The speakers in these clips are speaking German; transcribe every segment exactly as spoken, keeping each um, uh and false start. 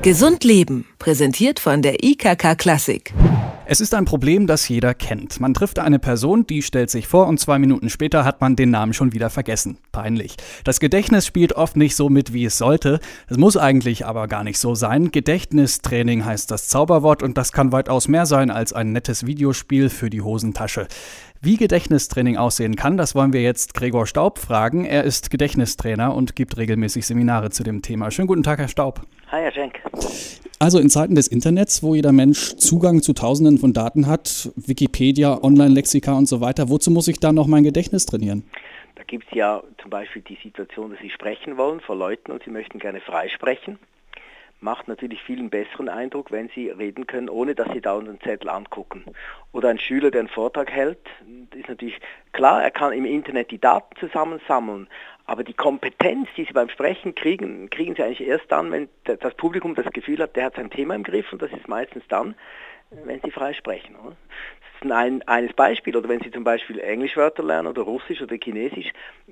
Gesund Leben, präsentiert von der I K K Klassik. Es ist ein Problem, das jeder kennt. Man trifft eine Person, die stellt sich vor und zwei Minuten später hat man den Namen schon wieder vergessen. Peinlich. Das Gedächtnis spielt oft nicht so mit, wie es sollte. Es muss eigentlich aber gar nicht so sein. Gedächtnistraining heißt das Zauberwort und das kann weitaus mehr sein als ein nettes Videospiel für die Hosentasche. Wie Gedächtnistraining aussehen kann, das wollen wir jetzt Gregor Staub fragen. Er ist Gedächtnistrainer und gibt regelmäßig Seminare zu dem Thema. Schönen guten Tag, Herr Staub. Hi, Herr Schenk. Also in Zeiten des Internets, wo jeder Mensch Zugang zu Tausenden von Daten hat, Wikipedia, Online-Lexika und so weiter, wozu muss ich da noch mein Gedächtnis trainieren? Da gibt es ja zum Beispiel die Situation, dass Sie sprechen wollen vor Leuten und Sie möchten gerne freisprechen. Macht natürlich viel einen besseren Eindruck, wenn Sie reden können, ohne dass Sie dauernd einen Zettel angucken. Oder ein Schüler, der einen Vortrag hält, ist natürlich klar, er kann im Internet die Daten zusammensammeln, aber die Kompetenz, die Sie beim Sprechen kriegen, kriegen Sie eigentlich erst dann, wenn das Publikum das Gefühl hat, der hat sein Thema im Griff, und das ist meistens dann, wenn Sie frei sprechen. Oder? Das ist ein eines Beispiel. Oder wenn Sie zum Beispiel Englischwörter lernen oder Russisch oder Chinesisch,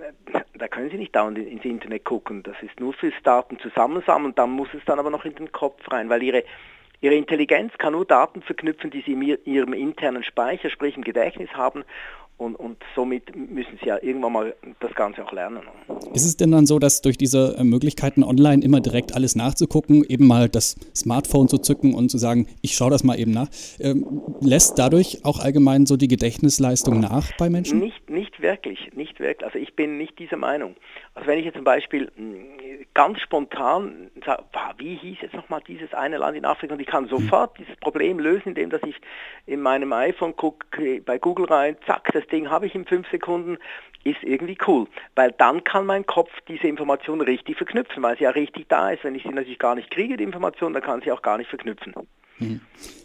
da können Sie nicht dauernd ins Internet gucken. Das ist nur fürs Daten zusammensammeln, dann muss es dann aber noch in den Kopf rein, weil Ihre, Ihre Intelligenz kann nur Daten verknüpfen, die Sie in Ihrem internen Speicher, sprich im Gedächtnis haben. Und, und somit müssen Sie ja irgendwann mal das Ganze auch lernen. Ist es denn dann so, dass durch diese Möglichkeiten online immer direkt alles nachzugucken, eben mal das Smartphone zu zücken und zu sagen, ich schaue das mal eben nach, ähm, lässt dadurch auch allgemein so die Gedächtnisleistung nach bei Menschen? Nicht, nicht wirklich, nicht wirklich. Also ich bin nicht dieser Meinung. Also wenn ich jetzt zum Beispiel ganz spontan sage, wie hieß jetzt nochmal dieses eine Land in Afrika, und ich kann sofort dieses Problem lösen, indem dass ich in meinem iPhone gucke, bei Google rein, zack, das Ding habe ich in fünf Sekunden, ist irgendwie cool. Weil dann kann mein Kopf diese Information richtig verknüpfen, weil sie ja richtig da ist. Wenn ich sie natürlich gar nicht kriege, die Information, dann kann sie auch gar nicht verknüpfen. Mhm.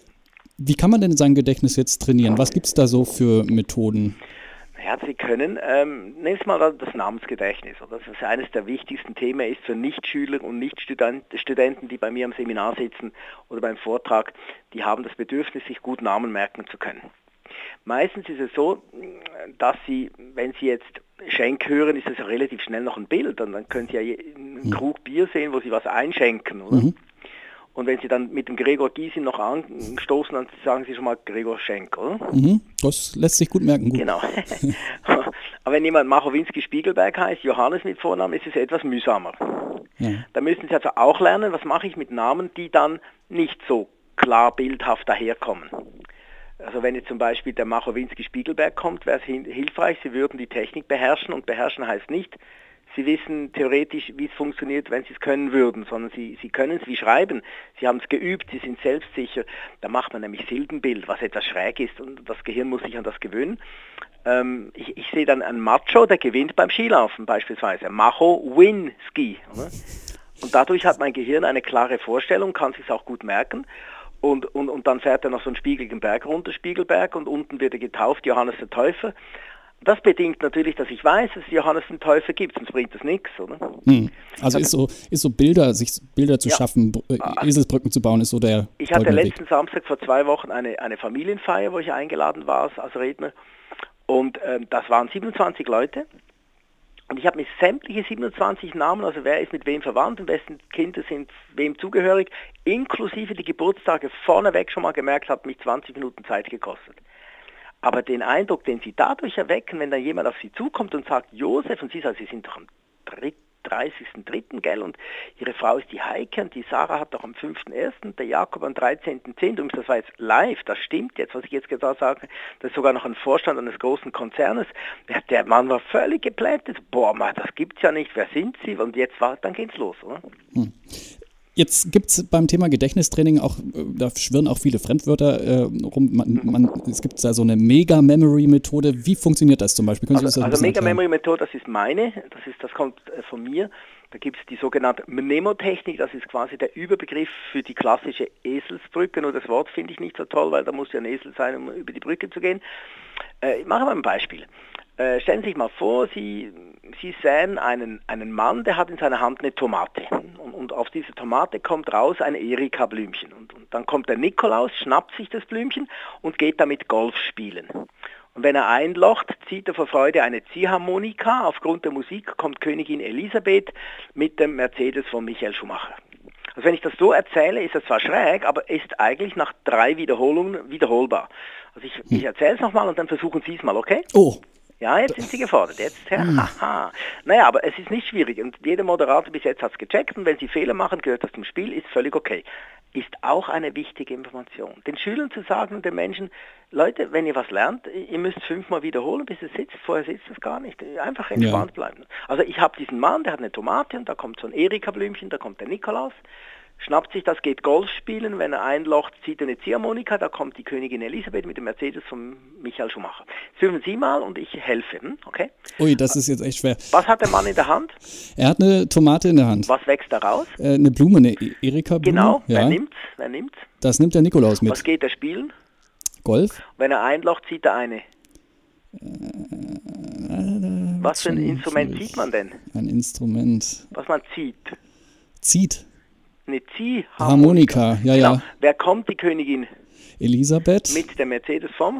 Wie kann man denn sein Gedächtnis jetzt trainieren? Was gibt es da so für Methoden? Ja, Sie können, ähm, nehmen Sie mal das Namensgedächtnis. Das ist eines der wichtigsten Themen ist für Nichtschüler und Nichtstudenten, die bei mir am Seminar sitzen oder beim Vortrag, die haben das Bedürfnis, sich gut Namen merken zu können. Meistens ist es so, dass Sie, wenn Sie jetzt Schenk hören, ist es ja relativ schnell noch ein Bild, und dann können Sie ja einen Krug Bier sehen, wo Sie was einschenken, oder? Mhm. Und wenn Sie dann mit dem Gregor Gysi noch anstoßen, dann sagen Sie schon mal Gregor Schenk, oder? Mhm, das lässt sich gut merken. Gut. Genau. Aber wenn jemand Machowinski-Spiegelberg heißt, Johannes mit Vornamen, ist es etwas mühsamer. Ja. Da müssen Sie also auch lernen, was mache ich mit Namen, die dann nicht so klar bildhaft daherkommen. Also wenn jetzt zum Beispiel der Machowinski-Spiegelberg kommt, wäre es hilfreich, Sie würden die Technik beherrschen, und beherrschen heißt nicht, Sie wissen theoretisch, wie es funktioniert, wenn Sie es können würden, sondern Sie, Sie können es wie schreiben. Sie haben es geübt, Sie sind selbstsicher. Da macht man nämlich Silbenbild, was etwas schräg ist, und das Gehirn muss sich an das gewöhnen. Ähm, ich, ich sehe dann einen Macho, der gewinnt beim Skilaufen beispielsweise. Machowinski. Und dadurch hat mein Gehirn eine klare Vorstellung, kann sich es auch gut merken. Und, und, und dann fährt er noch so einen spiegeligen Berg runter, Spiegelberg, und unten wird er getauft, Johannes der Täufer. Das bedingt natürlich, dass ich weiß, dass es Johannes den Täufer gibt, sonst bringt das nichts, oder? Hm. Also ist so, ist so Bilder, sich Bilder zu ja. schaffen, Eselsbrücken zu bauen, ist so der Ich hatte letzten Weg. Samstag vor zwei Wochen eine, eine Familienfeier, wo ich eingeladen war als Redner, und ähm, das waren siebenundzwanzig Leute. Und ich habe mir sämtliche siebenundzwanzig Namen, also wer ist mit wem verwandt und wessen Kinder sind wem zugehörig, inklusive die Geburtstage vorneweg schon mal gemerkt, hat mich zwanzig Minuten Zeit gekostet. Aber den Eindruck, den Sie dadurch erwecken, wenn dann jemand auf Sie zukommt und sagt, Josef, und Sie sagen, Sie sind doch am dreißigsten dritten, gell, und Ihre Frau ist die Heike, und die Sarah hat doch am fünften ersten, der Jakob am dreizehnten zehnten Das war jetzt live, das stimmt jetzt, was ich jetzt gerade sage, das ist sogar noch ein Vorstand eines großen Konzernes. Der, der Mann war völlig geplättet. Boah, Mann, das gibt's ja nicht, wer sind Sie? Und jetzt war, dann geht's los, oder? Hm. Jetzt gibt es beim Thema Gedächtnistraining auch, da schwirren auch viele Fremdwörter äh, rum. Man, man, es gibt da so eine Mega-Memory-Methode. Wie funktioniert das zum Beispiel? Können Sie also das also Mega-Memory-Methode, das ist meine, das ist, das kommt äh, von mir. Da gibt es die sogenannte Mnemotechnik, das ist quasi der Überbegriff für die klassische Eselsbrücke. Nur das Wort finde ich nicht so toll, weil da muss ja ein Esel sein, um über die Brücke zu gehen. Äh, ich mache mal ein Beispiel. Äh, stellen Sie sich mal vor, Sie, Sie sehen einen, einen Mann, der hat in seiner Hand eine Tomate. Und, und auf diese Tomate kommt raus ein Erika-Blümchen. Und, und dann kommt der Nikolaus, schnappt sich das Blümchen und geht damit Golf spielen. Und wenn er einlocht, zieht er vor Freude eine Ziehharmonika. Aufgrund der Musik kommt Königin Elisabeth mit dem Mercedes von Michael Schumacher. Also wenn ich das so erzähle, ist das zwar schräg, aber ist eigentlich nach drei Wiederholungen wiederholbar. Also ich, ich erzähle es nochmal und dann versuchen Sie es mal, okay? Oh. Ja, jetzt sind Sie gefordert. Jetzt, ja, haha. Naja, aber es ist nicht schwierig und jeder Moderator bis jetzt hat es gecheckt und wenn Sie Fehler machen, gehört das zum Spiel, ist völlig okay. Ist auch eine wichtige Information. Den Schülern zu sagen und den Menschen, Leute, wenn ihr was lernt, ihr müsst fünfmal wiederholen, bis es sitzt, vorher sitzt es gar nicht. Einfach entspannt ja. bleiben. Also ich habe diesen Mann, der hat eine Tomate und da kommt so ein Erika-Blümchen, da kommt der Nikolaus, schnappt sich das, geht Golf spielen, wenn er einlocht, zieht er eine Ziehharmonika, da kommt die Königin Elisabeth mit dem Mercedes von Michael Schumacher. Filmen Sie mal und ich helfe, okay? Ui, das ist jetzt echt schwer. Was hat der Mann in der Hand? Er hat eine Tomate in der Hand. Was wächst da raus? Äh, eine Blume, eine Erika-Blume. Genau, ja. wer nimmt's? Wer nimmt's? Das nimmt der Nikolaus mit. Was geht er spielen? Golf. Wenn er einlocht, zieht er eine. Äh, Was für ein Instrument zieht man denn? Ein Instrument. Was man zieht. Zieht. Eine Ziehharmonika. Harmonika, ja, genau. ja. Wer kommt, die Königin? Elisabeth. Mit der Mercedes vom?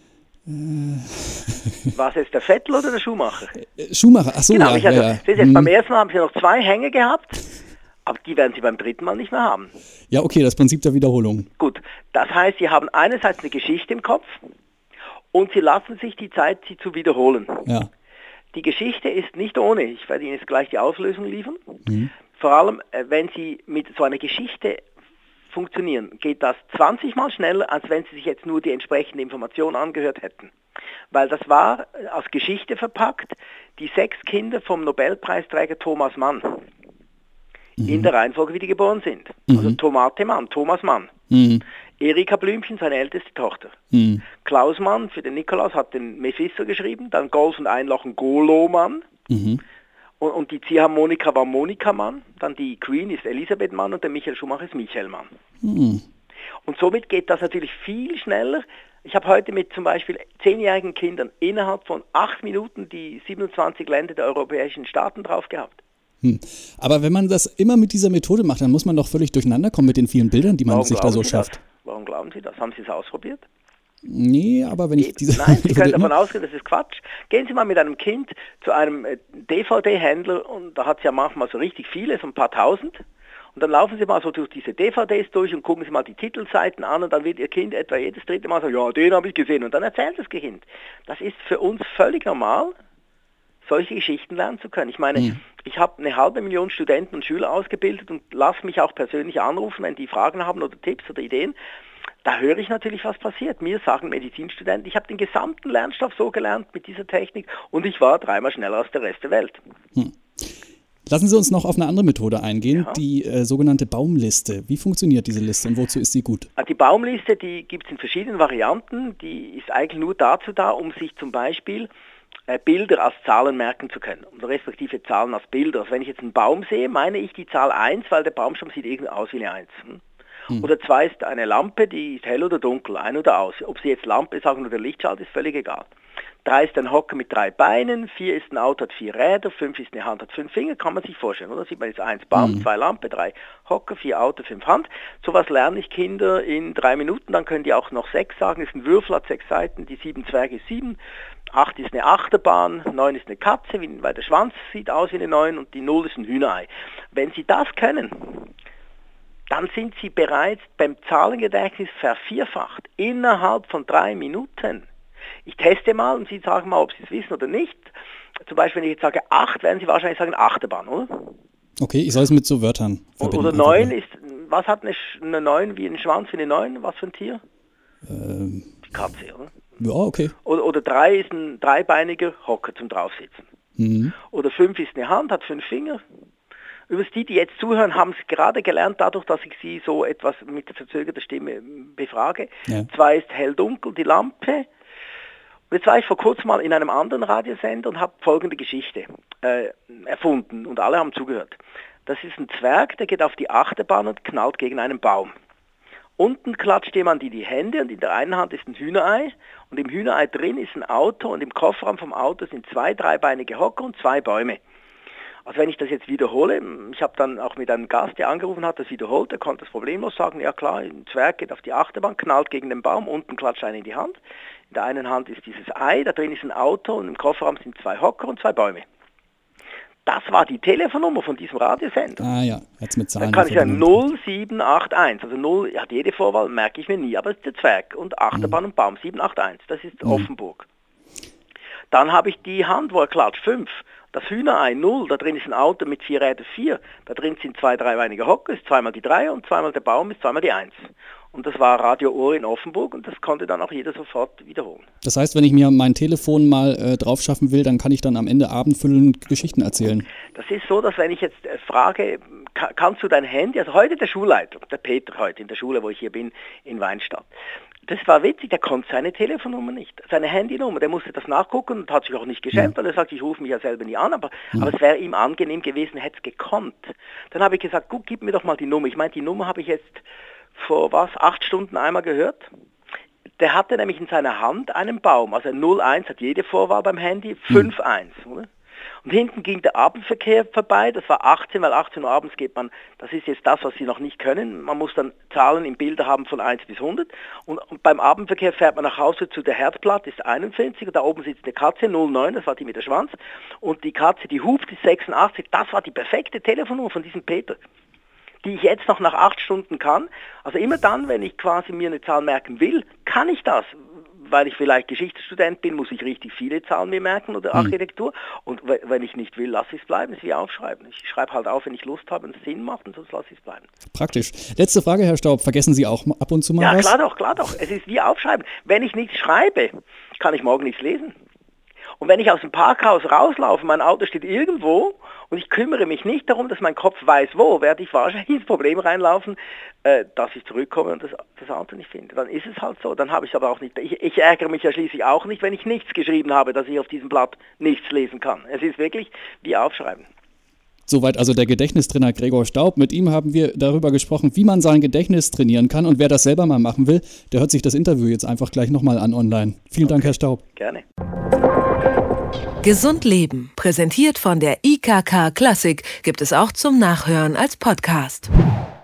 Äh. War es jetzt der Vettel oder der Schumacher? Schumacher, ach so, genau, ja. Ich also, ja, ja. Jetzt hm. Beim ersten Mal haben Sie noch zwei Hänge gehabt, aber die werden Sie beim dritten Mal nicht mehr haben. Ja, okay, das Prinzip der Wiederholung. Gut, das heißt, Sie haben einerseits eine Geschichte im Kopf und Sie lassen sich die Zeit, sie zu wiederholen. Ja. Die Geschichte ist nicht ohne. Ich werde Ihnen jetzt gleich die Auslösung liefern. Mhm. Vor allem, wenn Sie mit so einer Geschichte funktionieren, geht das zwanzig Mal schneller, als wenn Sie sich jetzt nur die entsprechende Information angehört hätten. Weil das war als Geschichte verpackt, die sechs Kinder vom Nobelpreisträger Thomas Mann. Mhm. In der Reihenfolge, wie die geboren sind. Mhm. Also Tomate Mann, Thomas Mann. Mhm. Erika Blümchen, seine älteste Tochter. Mhm. Klaus Mann für den Nikolaus hat den Mephisto geschrieben, dann Golf und Einlochen Golo Mann. Mhm. Und, und die Ziehharmonika war Monika Mann, dann die Queen ist Elisabeth Mann und der Michael Schumacher ist Michael Mann. Mhm. Und somit geht das natürlich viel schneller. Ich habe heute mit zum Beispiel zehnjährigen Kindern innerhalb von acht Minuten die siebenundzwanzig Länder der europäischen Staaten drauf gehabt. Hm. Aber wenn man das immer mit dieser Methode macht, dann muss man doch völlig durcheinander kommen mit den vielen Bildern, die man Warum sich da so Sie schafft. Das? Warum glauben Sie das? Haben Sie es ausprobiert? Nee, aber wenn ich diese... Nein, Sie können davon ausgehen, das ist Quatsch. Gehen Sie mal mit einem Kind zu einem äh, D V D-Händler und da hat es ja manchmal so richtig viele, so ein paar tausend. Und dann laufen Sie mal so durch diese D V Ds durch und gucken Sie mal die Titelseiten an und dann wird Ihr Kind etwa jedes dritte Mal sagen, ja, den habe ich gesehen. Und dann erzählt das Kind. Das ist für uns völlig normal, solche Geschichten lernen zu können. Ich meine, mhm. ich habe eine halbe Million Studenten und Schüler ausgebildet und lasse mich auch persönlich anrufen, wenn die Fragen haben oder Tipps oder Ideen. Da höre ich natürlich, was passiert. Mir sagen Medizinstudenten, ich habe den gesamten Lernstoff so gelernt mit dieser Technik und ich war dreimal schneller als der Rest der Welt. Hm. Lassen Sie uns noch auf eine andere Methode eingehen, ja. die äh, sogenannte Baumliste. Wie funktioniert diese Liste und wozu ist sie gut? Die Baumliste, die gibt es in verschiedenen Varianten. Die ist eigentlich nur dazu da, um sich zum Beispiel äh, Bilder als Zahlen merken zu können. Und respektive Zahlen als Bilder. Also wenn ich jetzt einen Baum sehe, meine ich die Zahl eins, weil der Baumstamm sieht irgendwie aus wie eine eins. Hm? Hm. Oder zwei ist eine Lampe, die ist hell oder dunkel, ein oder aus. Ob Sie jetzt Lampe sagen oder Lichtschalter, ist völlig egal. Drei ist ein Hocker mit drei Beinen, vier ist ein Auto, hat vier Räder, fünf ist eine Hand, hat fünf Finger, kann man sich vorstellen, oder? Sieht man jetzt eins Baum, mhm. zwei Lampe, drei Hocker, vier Auto, fünf Hand. Sowas lerne ich Kinder in drei Minuten, dann können die auch noch sechs sagen, ist ein Würfel, hat sechs Seiten, die sieben Zwerge ist sieben, acht ist eine Achterbahn, neun ist eine Katze, weil der Schwanz sieht aus wie eine neun und die null ist ein Hühnerei. Wenn Sie das können, dann sind Sie bereits beim Zahlengedächtnis vervierfacht, innerhalb von drei Minuten. Ich teste mal und Sie sagen mal, ob Sie es wissen oder nicht. Zum Beispiel, wenn ich jetzt sage acht, werden Sie wahrscheinlich sagen Achterbahn, oder? Okay, ich soll es mit so Wörtern verbinden. Oder neun ist, was hat eine, eine neun wie ein Schwanz wie eine neun? Was für ein Tier? Ähm, Die Katze, oder? Ja, okay. Oder, oder drei ist ein dreibeiniger Hocker zum Draufsitzen. Mhm. Oder fünf ist eine Hand, hat fünf Finger. Übrigens, die, die jetzt zuhören, haben es gerade gelernt, dadurch, dass ich sie so etwas mit der verzögerten Stimme befrage. Ja. Zwei ist hell-dunkel, die Lampe. Und jetzt war ich vor kurzem mal in einem anderen Radiosender und habe folgende Geschichte äh, erfunden und alle haben zugehört. Das ist ein Zwerg, der geht auf die Achterbahn und knallt gegen einen Baum. Unten klatscht jemand in die Hände und in der einen Hand ist ein Hühnerei und im Hühnerei drin ist ein Auto und im Kofferraum vom Auto sind zwei dreibeinige Hocker und zwei Bäume. Also wenn ich das jetzt wiederhole, ich habe dann auch mit einem Gast, der angerufen hat, das wiederholt, der konnte das problemlos sagen, ja klar, ein Zwerg geht auf die Achterbahn, knallt gegen den Baum, unten klatscht einer in die Hand. In der einen Hand ist dieses Ei, da drin ist ein Auto und im Kofferraum sind zwei Hocker und zwei Bäume. Das war die Telefonnummer von diesem Radiosender. Ah ja, jetzt mit Zahlen. Dann kann ich sagen null sieben acht eins, also null hat jede Vorwahl, merke ich mir nie, aber es ist der Zwerg und Achterbahn mhm. und Baum, sieben acht eins, das ist mhm. Offenburg. Dann habe ich die Hand, wo er klatscht, fünf. Das Hühnerei, null, da drin ist ein Auto mit vier Rädern, vier. Da drin sind zwei dreibeinige Hocker, ist zweimal die drei und zweimal der Baum ist zweimal die eins. Und das war Radio Ohr in Offenburg und das konnte dann auch jeder sofort wiederholen. Das heißt, wenn ich mir mein Telefon mal äh, drauf schaffen will, dann kann ich dann am Ende abendfüllend Geschichten erzählen. Das ist so, dass wenn ich jetzt äh, frage, ka- kannst du dein Handy, also heute der Schulleiter, der Peter heute in der Schule, wo ich hier bin, in Weinstadt. Das war witzig, der konnte seine Telefonnummer nicht, seine Handynummer, der musste das nachgucken und hat sich auch nicht geschämt, ja. weil er sagt, ich rufe mich ja selber nie an, aber, ja. aber es wäre ihm angenehm gewesen, hätte es gekonnt. Dann habe ich gesagt, gut, gib mir doch mal die Nummer. Ich meine, die Nummer habe ich jetzt vor was, acht Stunden einmal gehört. Der hatte nämlich in seiner Hand einen Baum, also null eins hat jede Vorwahl beim Handy, fünf eins, oder? Und hinten ging der Abendverkehr vorbei, das war achtzehn, weil achtzehn Uhr abends geht man, das ist jetzt das, was Sie noch nicht können, man muss dann Zahlen im Bilder haben von eins bis hundert und, und beim Abendverkehr fährt man nach Hause zu der Herdplatte, ist einundvierzig und da oben sitzt eine Katze, null neun, das war die mit der Schwanz und die Katze, die hupt, ist sechsundachtzig, das war die perfekte Telefonnummer von diesem Peter, die ich jetzt noch nach acht Stunden kann. Also immer dann, wenn ich quasi mir eine Zahl merken will, kann ich das. Weil ich vielleicht Geschichtsstudent bin, muss ich richtig viele Zahlen mir merken oder Architektur. Und wenn ich nicht will, lasse ich es bleiben. Es ist wie aufschreiben. Ich schreibe halt auf, wenn ich Lust habe und es Sinn macht und sonst lasse ich es bleiben. Praktisch. Letzte Frage, Herr Staub. Vergessen Sie auch ab und zu mal ja, was? Ja, klar doch, klar doch. Es ist wie aufschreiben. Wenn ich nichts schreibe, kann ich morgen nichts lesen. Und wenn ich aus dem Parkhaus rauslaufe, mein Auto steht irgendwo und ich kümmere mich nicht darum, dass mein Kopf weiß, wo, werde ich wahrscheinlich ins Problem reinlaufen, äh, dass ich zurückkomme und das, das Auto nicht finde. Dann ist es halt so. Dann habe ich es aber auch nicht. Ich, ich ärgere mich ja schließlich auch nicht, wenn ich nichts geschrieben habe, dass ich auf diesem Blatt nichts lesen kann. Es ist wirklich wie aufschreiben. Soweit also der Gedächtnistrainer Gregor Staub. Mit ihm haben wir darüber gesprochen, wie man sein Gedächtnis trainieren kann. Und wer das selber mal machen will, der hört sich das Interview jetzt einfach gleich nochmal an online. Vielen okay. Dank, Herr Staub. Gerne. Gesund Leben, präsentiert von der I K K Klassik, gibt es auch zum Nachhören als Podcast.